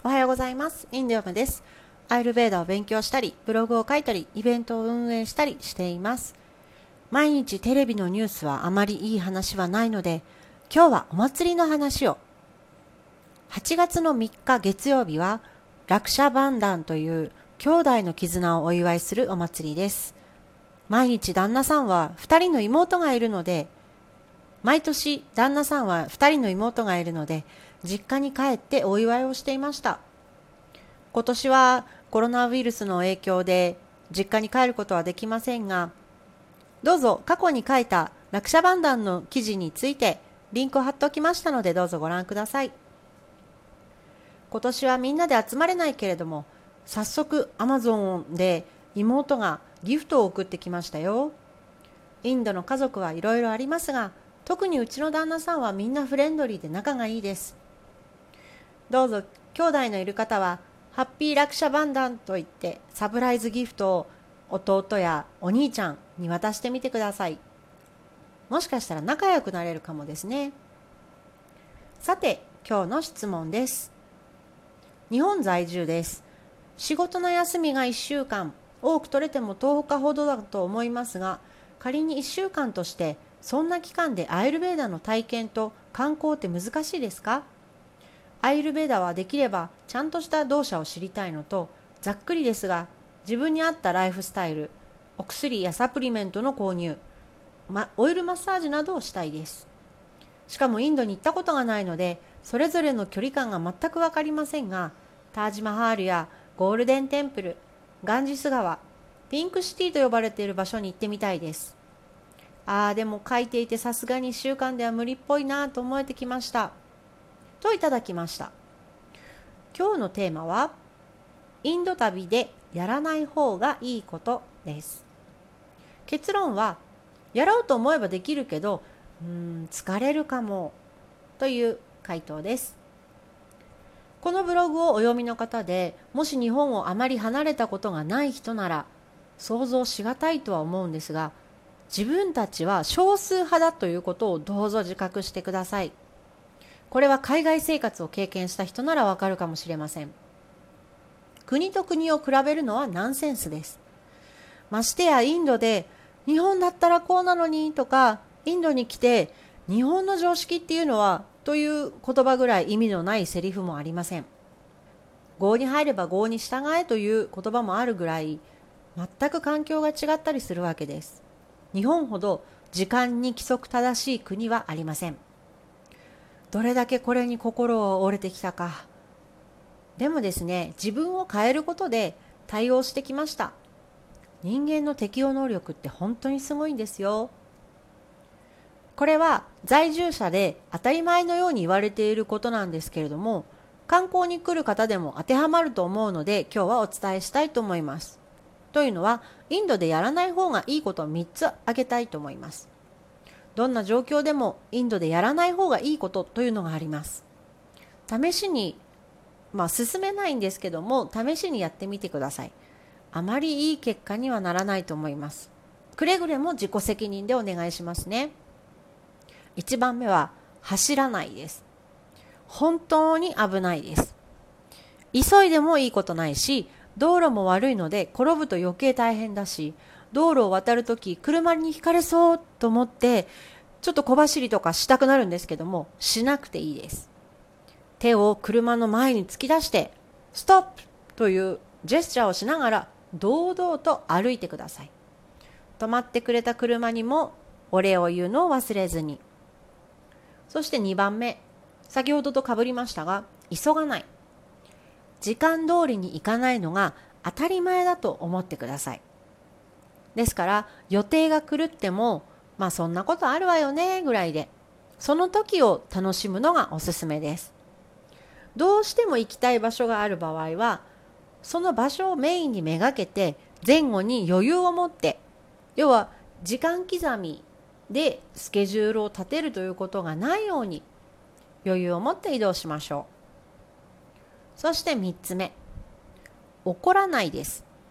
おはようございます。インド嫁です。アイルベーダを勉強したり、ブログを書いたり、イベントを運営したりしています。毎日テレビのニュースはあまりいい話はないので、今日はお祭りの話を。8月の3日月曜日は、ラクシャバンダンという兄弟の絆をお祝いするお祭りです。毎日旦那さんは2人の妹がいるので、毎年旦那さんは2人の妹がいるので、実家に帰ってお祝いをしていました。今年はコロナウイルスの影響で実家に帰ることはできませんが、どうぞ過去に書いたラクシャバンダンの記事についてリンクを貼っておきましたので、どうぞご覧ください。今年はみんなで集まれないけれども、早速 Amazon で妹がギフトを送ってきましたよ。インドの家族はいろいろありますが、特にうちの旦那さんはみんなフレンドリーで仲がいいです。どうぞ兄弟のいる方はハッピーラクシャバンダンと言ってサプライズギフトを弟やお兄ちゃんに渡してみてください。もしかしたら仲良くなれるかもですね。さて、今日の質問です。日本在住です。仕事の休みが1週間、多く取れても10日ほどだと思いますが、仮に1週間としてそんな期間でアイルベーダの体験と観光って難しいですか？アイルベーダはできればちゃんとした動作を知りたいのと、ざっくりですが自分に合ったライフスタイル、お薬やサプリメントの購入、オイルマッサージなどをしたいです。しかもインドに行ったことがないので、それぞれの距離感が全く分かりませんが、タージマハールやゴールデンテンプル、ガンジス川、ピンクシティと呼ばれている場所に行ってみたいです。でも書いていてさすがに1週間では無理っぽいなと思えてきました。といただきました。今日のテーマは、インド旅でやらない方がいいことです。結論は、やろうと思えばできるけど、疲れるかもという回答です。このブログをお読みの方で、もし日本をあまり離れたことがない人なら、想像しがたいとは思うんですが、自分たちは少数派だということをどうぞ自覚してください。これは海外生活を経験した人ならわかるかもしれません。国と国を比べるのはナンセンスです。ましてやインドで、日本だったらこうなのにとか、インドに来て日本の常識っていうのはという言葉ぐらい意味のないセリフもありません。郷に入れば郷に従えという言葉もあるぐらい、全く環境が違ったりするわけです。日本ほど時間に規則正しい国はありません。どれだけこれに心を折れてきたか。でもですね、自分を変えることで対応してきました。人間の適応能力って本当にすごいんですよ。これは在住者で当たり前のように言われていることなんですけれども、観光に来る方でも当てはまると思うので、今日はお伝えしたいと思います。というのは、インドでやらない方がいいことを3つ挙げたいと思います。どんな状況でもインドでやらない方がいいことというのがあります。試しに、進めないんですけども、試しにやってみてください。あまりいい結果にはならないと思います。くれぐれも自己責任でお願いしますね。1番目は走らないです。本当に危ないです。急いでもいいことないし、道路も悪いので転ぶと余計大変だし、道路を渡るとき車にひかれそうと思ってちょっと小走りとかしたくなるんですけども、しなくていいです。手を車の前に突き出してストップというジェスチャーをしながら堂々と歩いてください。止まってくれた車にもお礼を言うのを忘れずに。そして2番目、先ほどと被りましたが、急がない。時間通りに行かないのが当たり前だと思ってください。ですから予定が狂っても、そんなことあるわよねぐらいで、その時を楽しむのがおすすめです。どうしても行きたい場所がある場合は、その場所をメインにめがけて前後に余裕を持って、要は時間刻みでスケジュールを立てるということがないように余裕を持って移動しましょう。そして3つ目、怒らないです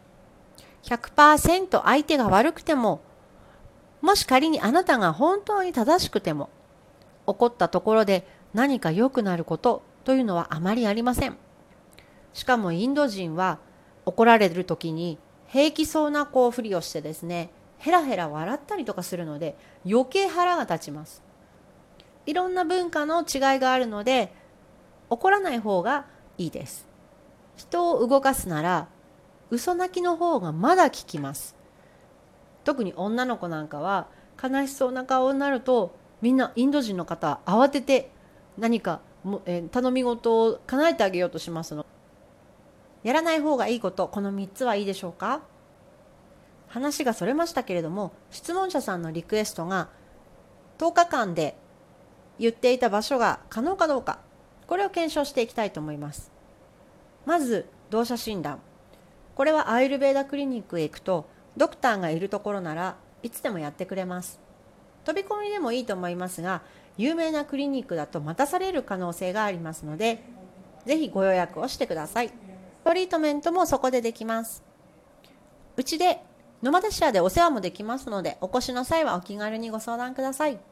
。100% 相手が悪くても、もし仮にあなたが本当に正しくても、怒ったところで何か良くなることというのはあまりありません。 しかもインド人は怒られる時に平気そうなふりをしてですね、ヘラヘラ笑ったりとかするので余計腹が立ちます。いろんな文化の違いがあるので怒らない方がいいです。人を動かすなら嘘泣きの方がまだ効きます。特に女の子なんかは悲しそうな顔になると、みんなインド人の方は慌てて何か頼み事を叶えてあげようとしますの。やらない方がいいこと、この3つはいいでしょうか。話がそれましたけれども、質問者さんのリクエストが10日間で言っていた場所が可能かどうか、これを検証していきたいと思います。まず動作診断、これはアーユルヴェーダクリニックへ行くとドクターがいるところならいつでもやってくれます。飛び込みでもいいと思いますが、有名なクリニックだと待たされる可能性がありますので、ぜひご予約をしてください。トリートメントもそこでできます。うちでノマドシェアでお世話もできますので、お越しの際はお気軽にご相談ください。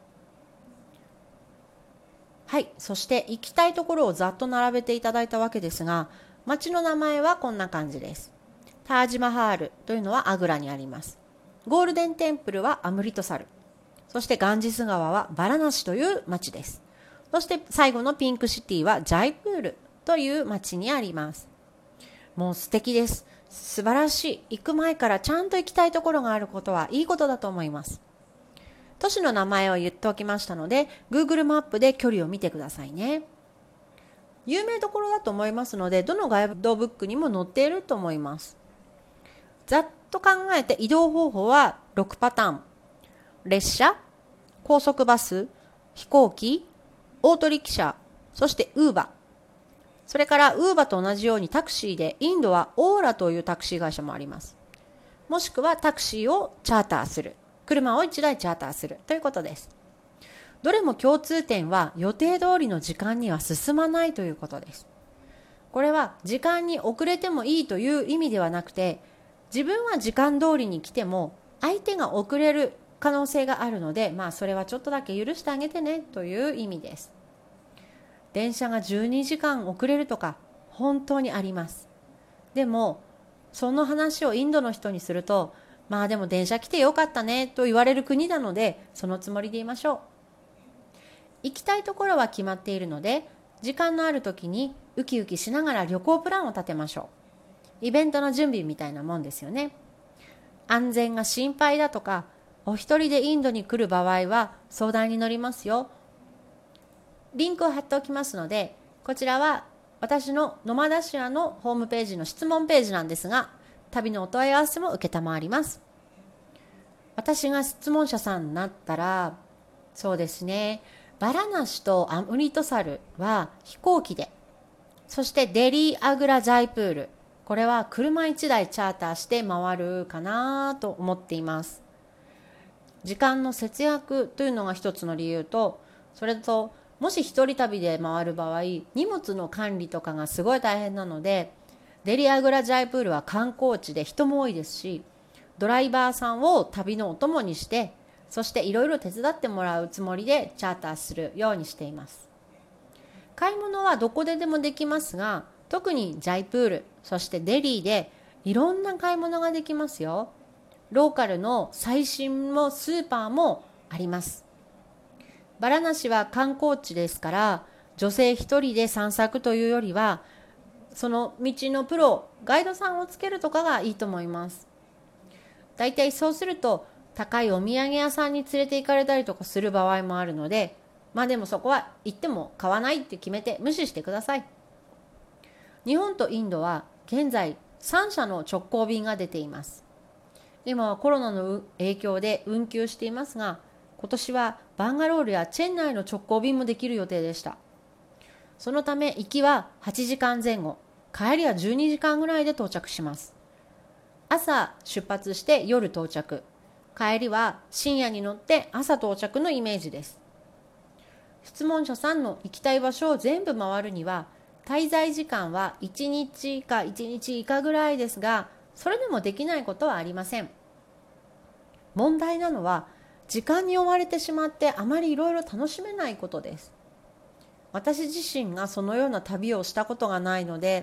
はい、そして行きたいところをざっと並べていただいたわけですが、町の名前はこんな感じです。タージマハールというのはアグラにあります。ゴールデンテンプルはアムリトサル。そしてガンジス川はバラナシという町です。そして最後のピンクシティはジャイプールという町にあります。もう素敵です。素晴らしい。行く前からちゃんと行きたいところがあることはいいことだと思います。都市の名前を言っておきましたので、Google マップで距離を見てくださいね。有名どころだと思いますので、どのガイドブックにも載っていると思います。ざっと考えて移動方法は6パターン。列車、高速バス、飛行機、オートリキシャ、そしてウーバー。それからウーバーと同じようにタクシーで、インドはオーラというタクシー会社もあります。もしくはタクシーをチャーターする。車を1台チャーターするということです。どれも共通点は予定通りの時間には進まないということです。これは時間に遅れてもいいという意味ではなくて、自分は時間通りに来ても相手が遅れる可能性があるので、それはちょっとだけ許してあげてねという意味です。電車が12時間遅れるとか本当にあります。でもその話をインドの人にすると、でも電車来てよかったねと言われる国なので、そのつもりでいましょう。行きたいところは決まっているので、時間のある時にウキウキしながら旅行プランを立てましょう。イベントの準備みたいなもんですよね。安全が心配だとか、お一人でインドに来る場合は相談に乗りますよ。リンクを貼っておきますので、こちらは私のノマダシアのホームページの質問ページなんですが、旅のお問い合わせも受けたまわります。私が質問者さんになったら、そうですね、バラナシとアムリトサルは飛行機で、そしてデリー・アグラ・ジャイプール、これは車1台チャーターして回るかなと思っています。時間の節約というのが一つの理由と、それともし一人旅で回る場合、荷物の管理とかがすごい大変なので、デリー・アグラ・ジャイプールは観光地で人も多いですし、ドライバーさんを旅のお供にして、そしていろいろ手伝ってもらうつもりでチャーターするようにしています。買い物はどこででもできますが、特にジャイプール、そしてデリーでいろんな買い物ができますよ。ローカルの最新もスーパーもあります。バラナシは観光地ですから、女性一人で散策というよりは、その道のプロ、ガイドさんをつけるとかがいいと思います。だいたいそうすると高いお土産屋さんに連れて行かれたりとかする場合もあるので、でもそこは行っても買わないって決めて無視してください。日本とインドは現在3社の直行便が出ています。今はコロナの影響で運休していますが、今年はバンガロールやチェンナイの直行便もできる予定でした。そのため行きは8時間前後、帰りは12時間ぐらいで到着します。朝出発して夜到着、帰りは深夜に乗って朝到着のイメージです。質問者さんの行きたい場所を全部回るには、滞在時間は1日か1日以下ぐらいですが、それでもできないことはありません。問題なのは、時間に追われてしまってあまりいろいろ楽しめないことです。私自身がそのような旅をしたことがないので、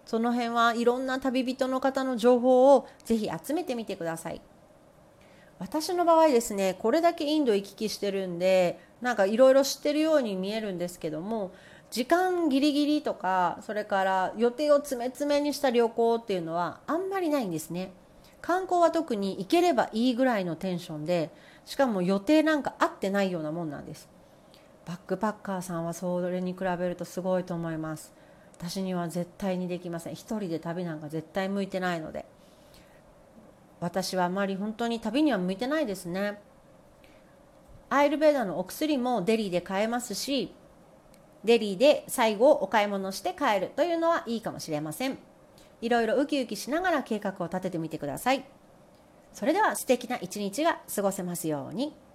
その辺はいろんな旅人の方の情報をぜひ集めてみてください。私の場合ですね、これだけインド行き来してるんで、なんかいろいろ知ってるように見えるんですけども、時間ギリギリとか、それから予定を詰め詰めにした旅行っていうのはあんまりないんですね。観光は特に行ければいいぐらいのテンションで、しかも予定なんか合ってないようなもんなんです。バックパッカーさんはそれに比べるとすごいと思います。私には絶対にできません。一人で旅なんか絶対向いてないので。私はあまり本当に旅には向いてないですね。アイルベーダのお薬もデリーで買えますし、デリーで最後お買い物して帰るというのはいいかもしれません。いろいろウキウキしながら計画を立ててみてください。それでは素敵な一日が過ごせますように。